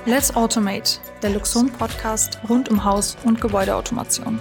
Let's Automate, der Luxon-Podcast rund um Haus- und Gebäudeautomation.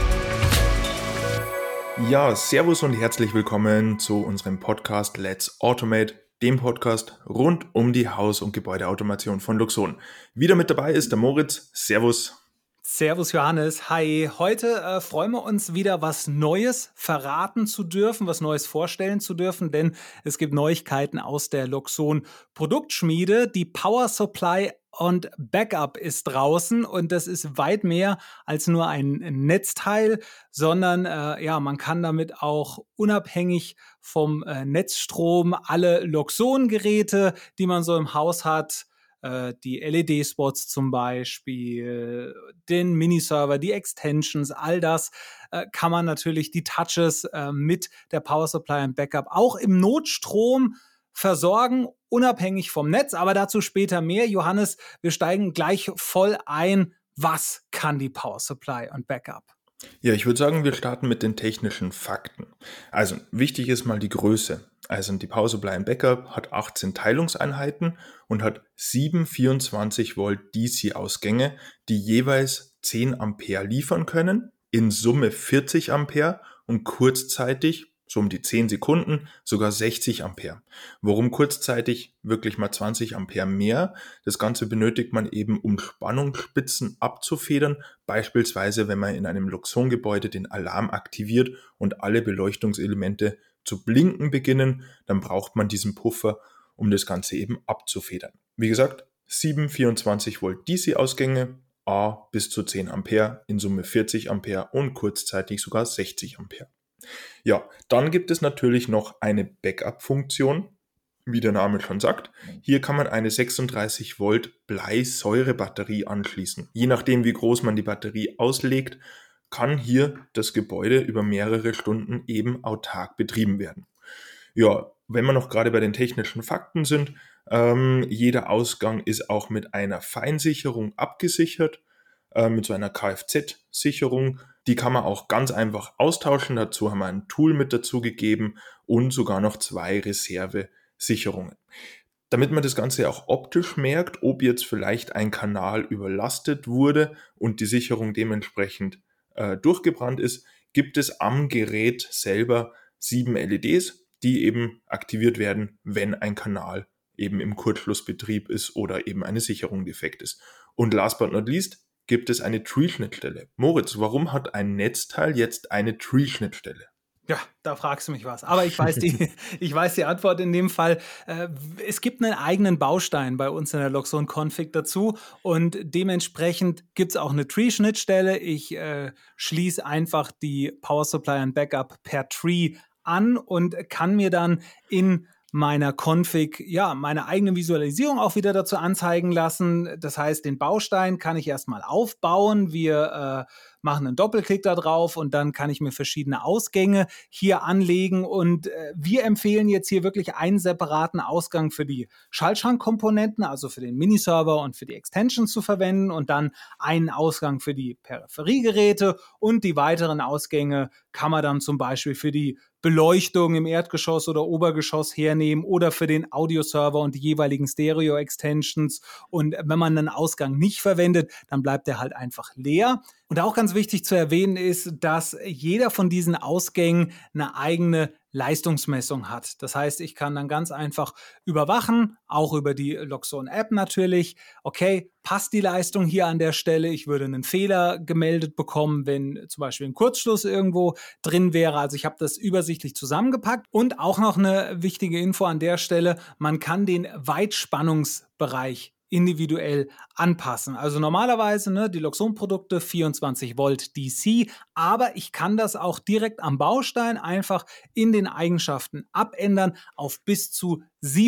Ja, servus und herzlich willkommen zu unserem Podcast Let's Automate, dem Podcast rund um die Haus- und Gebäudeautomation von Luxon. Wieder mit dabei ist der Moritz. Servus. Servus Johannes, hi. Heute freuen wir uns wieder, was Neues verraten zu dürfen, was Neues vorstellen zu dürfen, denn es gibt Neuigkeiten aus der Luxon Produktschmiede. Die Power Supply und Backup ist draußen und das ist weit mehr als nur ein Netzteil, sondern man kann damit auch unabhängig vom Netzstrom alle Luxon-Geräte, die man so im Haus hat, die LED-Spots zum Beispiel, den Miniserver, die Extensions, all das kann man natürlich, die Touches mit der Power Supply und Backup auch im Notstrom versorgen, unabhängig vom Netz, aber dazu später mehr. Johannes, wir steigen gleich voll ein. Was kann die Power Supply und Backup? Ja, ich würde sagen, wir starten mit den technischen Fakten. Also, wichtig ist mal die Größe. Also die Power Supply und Backup hat 18 Teilungseinheiten und hat 7 24 Volt DC-Ausgänge, die jeweils 10 Ampere liefern können, in Summe 40 Ampere und kurzzeitig, so um die 10 Sekunden, sogar 60 Ampere. Warum kurzzeitig wirklich mal 20 Ampere mehr? Das Ganze benötigt man eben, um Spannungsspitzen abzufedern, beispielsweise wenn man in einem Luxon-Gebäude den Alarm aktiviert und alle Beleuchtungselemente zu blinken beginnen, dann braucht man diesen Puffer, um das Ganze eben abzufedern. Wie gesagt, 7 24 Volt DC-Ausgänge, bis zu 10 Ampere, in Summe 40 Ampere und kurzzeitig sogar 60 Ampere. Ja, dann gibt es natürlich noch eine Backup-Funktion, wie der Name schon sagt. Hier kann man eine 36 Volt Bleisäurebatterie anschließen. Je nachdem, wie groß man die Batterie auslegt, kann hier das Gebäude über mehrere Stunden eben autark betrieben werden. Ja, wenn wir noch gerade bei den technischen Fakten sind, jeder Ausgang ist auch mit einer Feinsicherung abgesichert, mit so einer Kfz-Sicherung. Die kann man auch ganz einfach austauschen. Dazu haben wir ein Tool mit dazu gegeben und sogar noch 2 Reservesicherungen. Damit man das Ganze auch optisch merkt, ob jetzt vielleicht ein Kanal überlastet wurde und die Sicherung dementsprechend durchgebrannt ist, gibt es am Gerät selber 7 LEDs, die eben aktiviert werden, wenn ein Kanal eben im Kurzschlussbetrieb ist oder eben eine Sicherung defekt ist. Und last but not least gibt es eine Tree-Schnittstelle. Moritz, warum hat ein Netzteil jetzt eine Tree-Schnittstelle? Ja, da fragst du mich was. Aber ich weiß die Antwort in dem Fall. Es gibt einen eigenen Baustein bei uns in der Luxon-Config dazu und dementsprechend gibt es auch eine Tree-Schnittstelle. Ich schließe einfach die Power Supply und Backup per Tree an und kann mir dann in meiner Config, meine eigene Visualisierung auch wieder dazu anzeigen lassen. Das heißt, den Baustein kann ich erstmal aufbauen. Wir machen einen Doppelklick da drauf und dann kann ich mir verschiedene Ausgänge hier anlegen und wir empfehlen jetzt hier wirklich einen separaten Ausgang für die Schaltschrankkomponenten, also für den Miniserver und für die Extensions zu verwenden und dann einen Ausgang für die Peripheriegeräte und die weiteren Ausgänge kann man dann zum Beispiel für die Beleuchtung im Erdgeschoss oder Obergeschoss hernehmen oder für den Audioserver und die jeweiligen Stereo-Extensions. Und wenn man einen Ausgang nicht verwendet, dann bleibt der halt einfach leer. Und auch ganz wichtig zu erwähnen ist, dass jeder von diesen Ausgängen eine eigene Leistungsmessung hat. Das heißt, ich kann dann ganz einfach überwachen, auch über die Luxon-App natürlich. Okay, passt die Leistung hier an der Stelle? Ich würde einen Fehler gemeldet bekommen, wenn zum Beispiel ein Kurzschluss irgendwo drin wäre. Also ich habe das übersichtlich zusammengepackt. Und auch noch eine wichtige Info an der Stelle, man kann den Weitspannungsbereich individuell anpassen. Also normalerweise die Luxon-Produkte 24 Volt DC, aber ich kann das auch direkt am Baustein einfach in den Eigenschaften abändern auf bis zu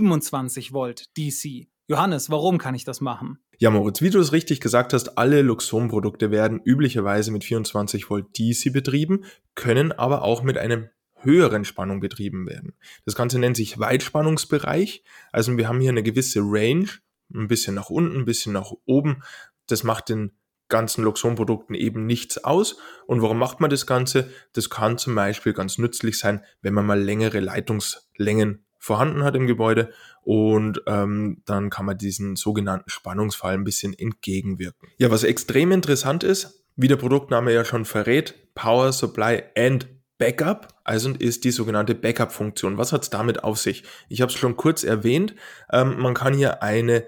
27 Volt DC. Johannes, warum kann ich das machen? Ja, Moritz, wie du es richtig gesagt hast, alle Luxon-Produkte werden üblicherweise mit 24 Volt DC betrieben, können aber auch mit einem höheren Spannung betrieben werden. Das Ganze nennt sich Weitspannungsbereich. Also wir haben hier eine gewisse Range, ein bisschen nach unten, ein bisschen nach oben. Das macht den ganzen Luxon-Produkten eben nichts aus. Und warum macht man das Ganze? Das kann zum Beispiel ganz nützlich sein, wenn man mal längere Leitungslängen vorhanden hat im Gebäude und dann kann man diesen sogenannten Spannungsfall ein bisschen entgegenwirken. Ja, was extrem interessant ist, wie der Produktname ja schon verrät, Power Supply and Backup, also ist die sogenannte Backup-Funktion. Was hat es damit auf sich? Ich habe es schon kurz erwähnt, man kann hier eine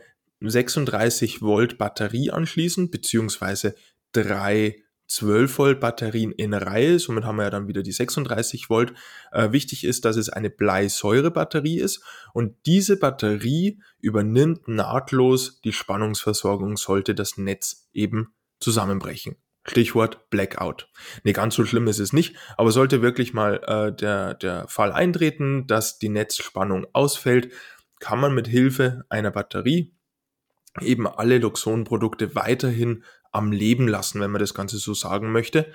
36 Volt Batterie anschließen, beziehungsweise 3 12 Volt Batterien in Reihe, somit haben wir ja dann wieder die 36 Volt. Wichtig ist, dass es eine Bleisäure-Batterie ist und diese Batterie übernimmt nahtlos die Spannungsversorgung, sollte das Netz eben zusammenbrechen. Stichwort Blackout. Nee, ganz so schlimm ist es nicht, aber sollte wirklich mal der Fall eintreten, dass die Netzspannung ausfällt, kann man mit Hilfe einer Batterie eben alle Luxon-Produkte weiterhin am Leben lassen, wenn man das Ganze so sagen möchte.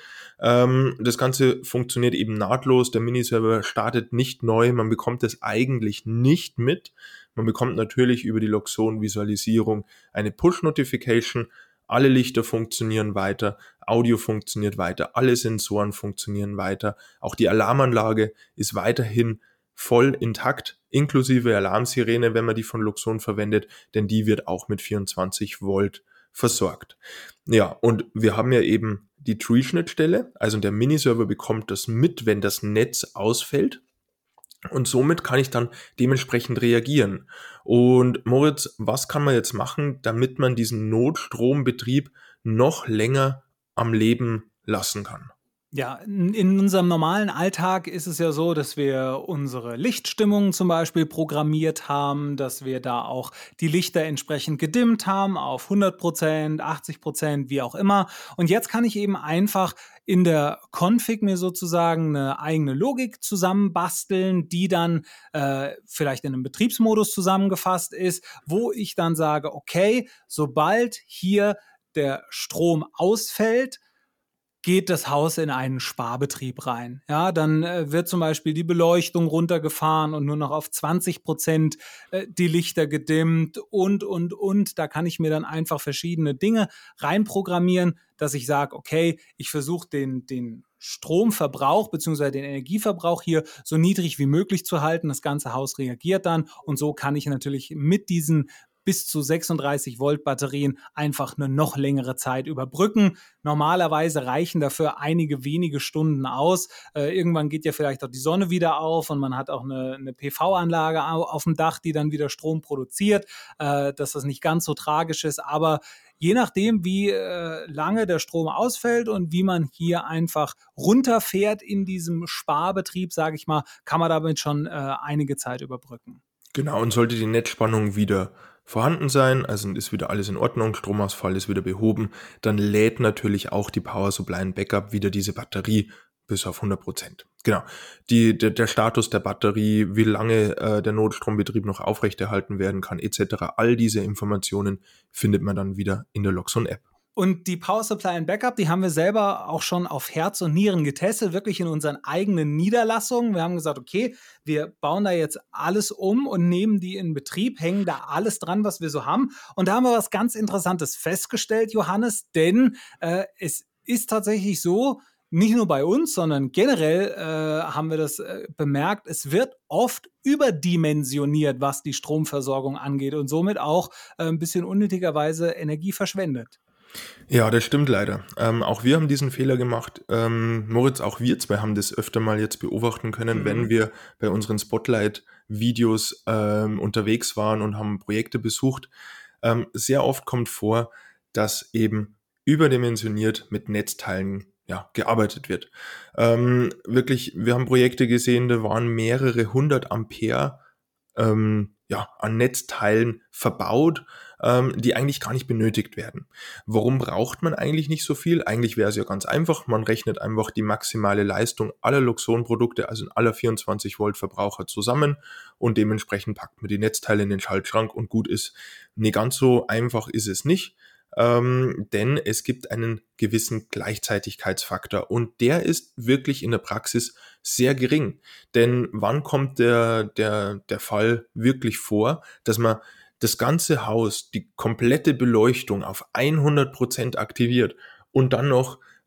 Das Ganze funktioniert eben nahtlos, der Miniserver startet nicht neu, man bekommt es eigentlich nicht mit. Man bekommt natürlich über die Luxon-Visualisierung eine Push-Notification, alle Lichter funktionieren weiter, Audio funktioniert weiter, alle Sensoren funktionieren weiter, auch die Alarmanlage ist weiterhin voll intakt, inklusive Alarmsirene, wenn man die von Luxon verwendet, denn die wird auch mit 24 Volt versorgt. Ja, und wir haben ja eben die Tree-Schnittstelle, also der Miniserver bekommt das mit, wenn das Netz ausfällt. Und somit kann ich dann dementsprechend reagieren. Und Moritz, was kann man jetzt machen, damit man diesen Notstrombetrieb noch länger am Leben lassen kann? Ja, in unserem normalen Alltag ist es ja so, dass wir unsere Lichtstimmung zum Beispiel programmiert haben, dass wir da auch die Lichter entsprechend gedimmt haben auf 100%, 80%, wie auch immer. Und jetzt kann ich eben einfach in der Config mir sozusagen eine eigene Logik zusammenbasteln, die dann vielleicht in einem Betriebsmodus zusammengefasst ist, wo ich dann sage, okay, sobald hier der Strom ausfällt, geht das Haus in einen Sparbetrieb rein. Ja, dann wird zum Beispiel die Beleuchtung runtergefahren und nur noch auf 20% die Lichter gedimmt und. Da kann ich mir dann einfach verschiedene Dinge reinprogrammieren, dass ich sage, okay, ich versuche den Stromverbrauch bzw. den Energieverbrauch hier so niedrig wie möglich zu halten. Das ganze Haus reagiert dann und so kann ich natürlich mit diesen bis zu 36 Volt Batterien einfach eine noch längere Zeit überbrücken. Normalerweise reichen dafür einige wenige Stunden aus. Irgendwann geht ja vielleicht auch die Sonne wieder auf und man hat auch eine PV-Anlage auf dem Dach, die dann wieder Strom produziert, dass das nicht ganz so tragisch ist. Aber je nachdem, wie lange der Strom ausfällt und wie man hier einfach runterfährt in diesem Sparbetrieb, sage ich mal, kann man damit schon einige Zeit überbrücken. Genau, und sollte die Netzspannung wieder vorhanden sein, also ist wieder alles in Ordnung, Stromausfall ist wieder behoben, dann lädt natürlich auch die Power Supply and Backup wieder diese Batterie bis auf 100%. Genau, der Status der Batterie, wie lange der Notstrombetrieb noch aufrechterhalten werden kann, etc. All diese Informationen findet man dann wieder in der Luxon App. Und die Power Supply and Backup, die haben wir selber auch schon auf Herz und Nieren getestet, wirklich in unseren eigenen Niederlassungen. Wir haben gesagt, okay, wir bauen da jetzt alles um und nehmen die in Betrieb, hängen da alles dran, was wir so haben. Und da haben wir was ganz Interessantes festgestellt, Johannes, denn es ist tatsächlich so, nicht nur bei uns, sondern generell haben wir das bemerkt, es wird oft überdimensioniert, was die Stromversorgung angeht und somit auch ein bisschen unnötigerweise Energie verschwendet. Ja, das stimmt leider. Auch wir haben diesen Fehler gemacht. Moritz, auch wir zwei haben das öfter mal jetzt beobachten können, wenn wir bei unseren Spotlight-Videos unterwegs waren und haben Projekte besucht. Sehr oft kommt vor, dass eben überdimensioniert mit Netzteilen gearbeitet wird. Wirklich, wir haben Projekte gesehen, da waren mehrere 100 Ampere an Netzteilen verbaut, die eigentlich gar nicht benötigt werden. Warum braucht man eigentlich nicht so viel? Eigentlich wäre es ja ganz einfach. Man rechnet einfach die maximale Leistung aller Luxon-Produkte, also aller 24 Volt Verbraucher zusammen und dementsprechend packt man die Netzteile in den Schaltschrank und gut ist. Nee, ganz so einfach ist es nicht. Denn es gibt einen gewissen Gleichzeitigkeitsfaktor und der ist wirklich in der Praxis sehr gering. Denn wann kommt der Fall wirklich vor, dass man das ganze Haus, die komplette Beleuchtung auf 100% aktiviert und dann noch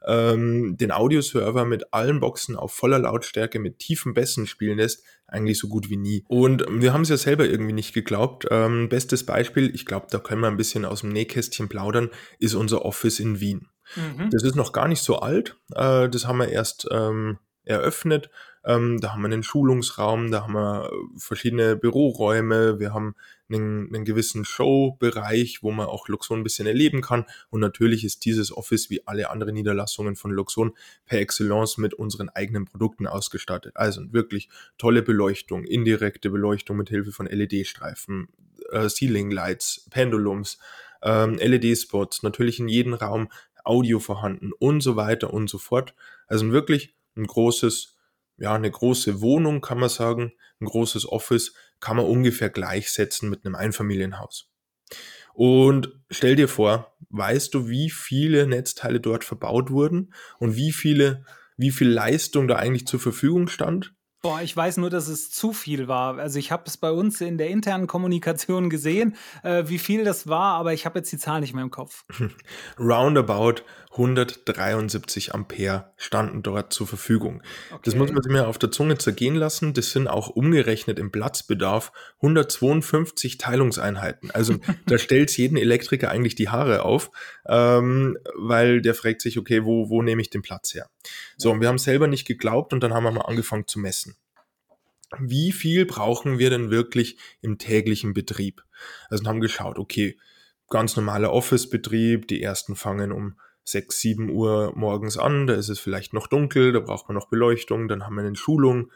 den Audioserver mit allen Boxen auf voller Lautstärke mit tiefen Bässen spielen lässt, eigentlich so gut wie nie. Und wir haben es ja selber irgendwie nicht geglaubt. Bestes Beispiel, ich glaube, da können wir ein bisschen aus dem Nähkästchen plaudern, ist unser Office in Wien. Das ist noch gar nicht so alt. Das haben wir erst eröffnet. Da haben wir einen Schulungsraum, da haben wir verschiedene Büroräume, wir haben einen gewissen Showbereich, wo man auch Luxon ein bisschen erleben kann. Und natürlich ist dieses Office wie alle anderen Niederlassungen von Luxon per Excellence mit unseren eigenen Produkten ausgestattet. Also wirklich tolle Beleuchtung, indirekte Beleuchtung mit Hilfe von LED-Streifen, Ceiling Lights, Pendulums, LED-Spots, natürlich in jedem Raum Audio vorhanden und so weiter und so fort. Also wirklich eine große Wohnung, kann man sagen, ein großes Office, kann man ungefähr gleichsetzen mit einem Einfamilienhaus. Und stell dir vor, weißt du, wie viele Netzteile dort verbaut wurden und wie viel Leistung da eigentlich zur Verfügung stand? Boah, ich weiß nur, dass es zu viel war. Also ich habe es bei uns in der internen Kommunikation gesehen, wie viel das war, aber ich habe jetzt die Zahl nicht mehr im Kopf. Roundabout 173 Ampere standen dort zur Verfügung. Okay. Das muss man sich mal auf der Zunge zergehen lassen. Das sind auch umgerechnet im Platzbedarf 152 Teilungseinheiten. Also da stellt jeden Elektriker eigentlich die Haare auf, weil der fragt sich, okay, wo nehme ich den Platz her? So, und wir haben selber nicht geglaubt und dann haben wir mal angefangen zu messen. Wie viel brauchen wir denn wirklich im täglichen Betrieb? Also haben geschaut, okay, ganz normaler Office-Betrieb, die ersten fangen um 6, 7 Uhr morgens an, da ist es vielleicht noch dunkel, da braucht man noch Beleuchtung, dann haben wir eine Schulung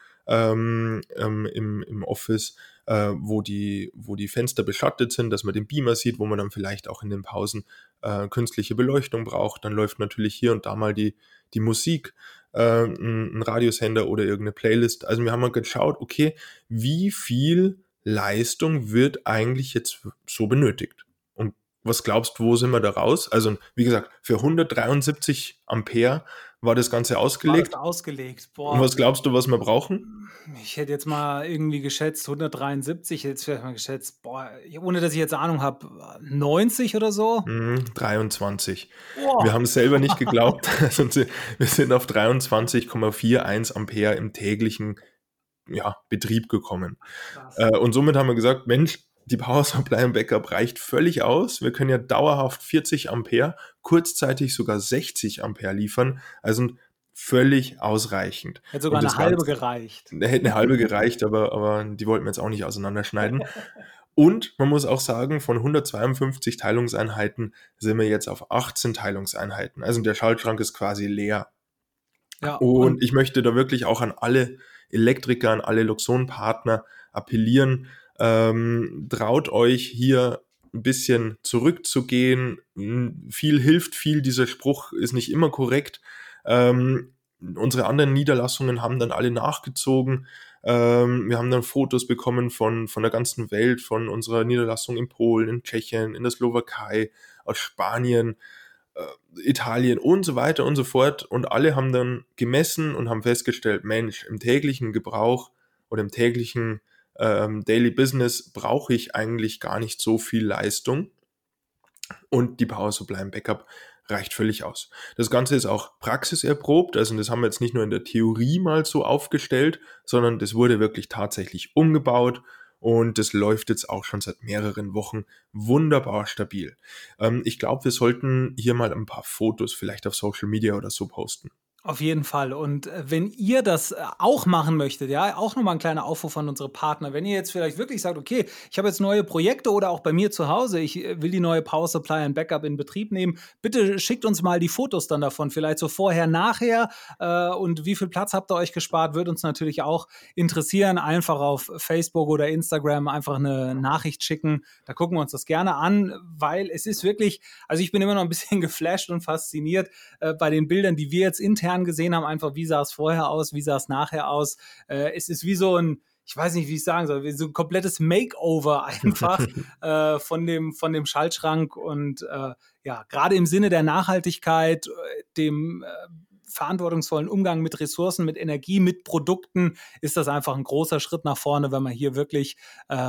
im Office, wo die Fenster beschattet sind, dass man den Beamer sieht, wo man dann vielleicht auch in den Pausen künstliche Beleuchtung braucht. Dann läuft natürlich hier und da mal die Musik, ein Radiosender oder irgendeine Playlist. Also wir haben mal geschaut, okay, wie viel Leistung wird eigentlich jetzt so benötigt? Und was glaubst du, wo sind wir da raus? Also wie gesagt, für 173 Ampere war das Ganze ausgelegt. Boah. Und was glaubst du, was wir brauchen? Ich hätte jetzt mal irgendwie geschätzt 173, jetzt vielleicht mal geschätzt, boah, ohne dass ich jetzt Ahnung habe, 90 oder so? 23. Boah. Wir haben es selber nicht geglaubt. Wir sind auf 23,41 Ampere im täglichen Betrieb gekommen. Und somit haben wir gesagt, Mensch, die Power Supply im Backup reicht völlig aus. Wir können ja dauerhaft 40 Ampere, kurzzeitig sogar 60 Ampere liefern. Also völlig ausreichend. Hätte sogar eine halbe gereicht. Hätte eine halbe gereicht, aber die wollten wir jetzt auch nicht auseinanderschneiden. Und man muss auch sagen, von 152 Teilungseinheiten sind wir jetzt auf 18 Teilungseinheiten. Also der Schaltschrank ist quasi leer. Ja, und ich möchte da wirklich auch an alle Elektriker, an alle Luxon-Partner appellieren, traut euch hier ein bisschen zurückzugehen. Viel hilft viel, dieser Spruch ist nicht immer korrekt. Unsere anderen Niederlassungen haben dann alle nachgezogen. Wir haben dann Fotos bekommen von der ganzen Welt, von unserer Niederlassung in Polen, in Tschechien, in der Slowakei, aus Spanien, Italien und so weiter und so fort. Und alle haben dann gemessen und haben festgestellt, Mensch, im täglichen Gebrauch oder im täglichen Daily Business brauche ich eigentlich gar nicht so viel Leistung. Und die Power Supply im Backup reicht völlig aus. Das Ganze ist auch praxiserprobt, also das haben wir jetzt nicht nur in der Theorie mal so aufgestellt, sondern das wurde wirklich tatsächlich umgebaut und das läuft jetzt auch schon seit mehreren Wochen wunderbar stabil. Ich glaube, wir sollten hier mal ein paar Fotos vielleicht auf Social Media oder so posten. Auf jeden Fall. Und wenn ihr das auch machen möchtet, ja, auch nochmal ein kleiner Aufruf an unsere Partner. Wenn ihr jetzt vielleicht wirklich sagt, okay, ich habe jetzt neue Projekte oder auch bei mir zu Hause, ich will die neue Power Supply und Backup in Betrieb nehmen, bitte schickt uns mal die Fotos dann davon, vielleicht so vorher, nachher und wie viel Platz habt ihr euch gespart, würde uns natürlich auch interessieren. Einfach auf Facebook oder Instagram einfach eine Nachricht schicken, da gucken wir uns das gerne an, weil es ist wirklich, also ich bin immer noch ein bisschen geflasht und fasziniert bei den Bildern, die wir jetzt intern gesehen haben, einfach wie sah es vorher aus, wie sah es nachher aus. Es ist wie so ein, ich weiß nicht, wie ich sagen soll, wie so ein komplettes Makeover einfach von dem Schaltschrank und ja, gerade im Sinne der Nachhaltigkeit, dem verantwortungsvollen Umgang mit Ressourcen, mit Energie, mit Produkten, ist das einfach ein großer Schritt nach vorne, wenn man hier wirklich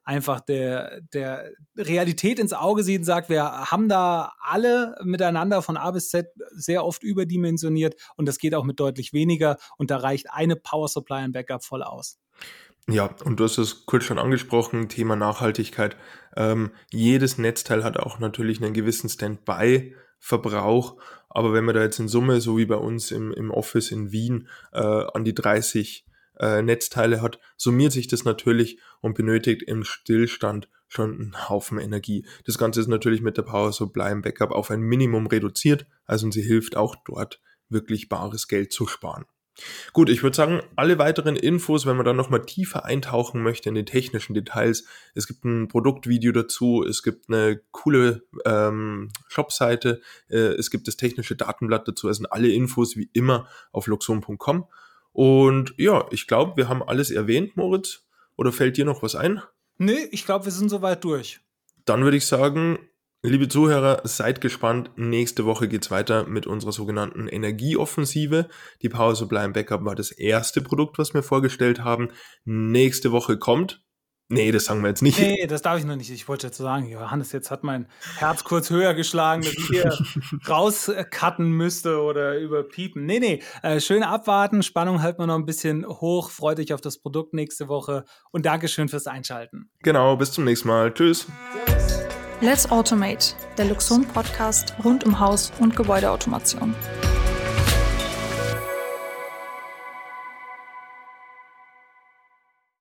einfach der Realität ins Auge sieht und sagt, wir haben da alle miteinander von A bis Z sehr oft überdimensioniert und das geht auch mit deutlich weniger und da reicht eine Power Supply und Backup voll aus. Ja, und du hast es kurz schon angesprochen, Thema Nachhaltigkeit. Jedes Netzteil hat auch natürlich einen gewissen Standby-Verbrauch, aber wenn man da jetzt in Summe, so wie bei uns im Office in Wien, an die 30 Netzteile hat, summiert sich das natürlich und benötigt im Stillstand schon einen Haufen Energie. Das Ganze ist natürlich mit der Power Supply im Backup auf ein Minimum reduziert, also sie hilft auch dort wirklich bares Geld zu sparen. Gut, ich würde sagen, alle weiteren Infos, wenn man dann nochmal tiefer eintauchen möchte in die technischen Details, es gibt ein Produktvideo dazu, es gibt eine coole Shopseite, es gibt das technische Datenblatt dazu, es sind alle Infos wie immer auf luxon.com. Und ja, ich glaube, wir haben alles erwähnt, Moritz. Oder fällt dir noch was ein? Nee, ich glaube, wir sind soweit durch. Dann würde ich sagen, liebe Zuhörer, seid gespannt. Nächste Woche geht's weiter mit unserer sogenannten Energieoffensive. Die Power Supply im Backup war das erste Produkt, was wir vorgestellt haben. Nächste Woche kommt... Nee, das sagen wir jetzt nicht. Nee, das darf ich noch nicht. Ich wollte jetzt sagen, Johannes, jetzt hat mein Herz kurz höher geschlagen, dass ich hier rauscutten müsste oder überpiepen. Nee, schön abwarten, Spannung halten wir noch ein bisschen hoch. Freut euch auf das Produkt nächste Woche und Dankeschön fürs Einschalten. Genau, bis zum nächsten Mal. Tschüss. Let's Automate, der Luxon-Podcast rund um Haus- und Gebäudeautomation.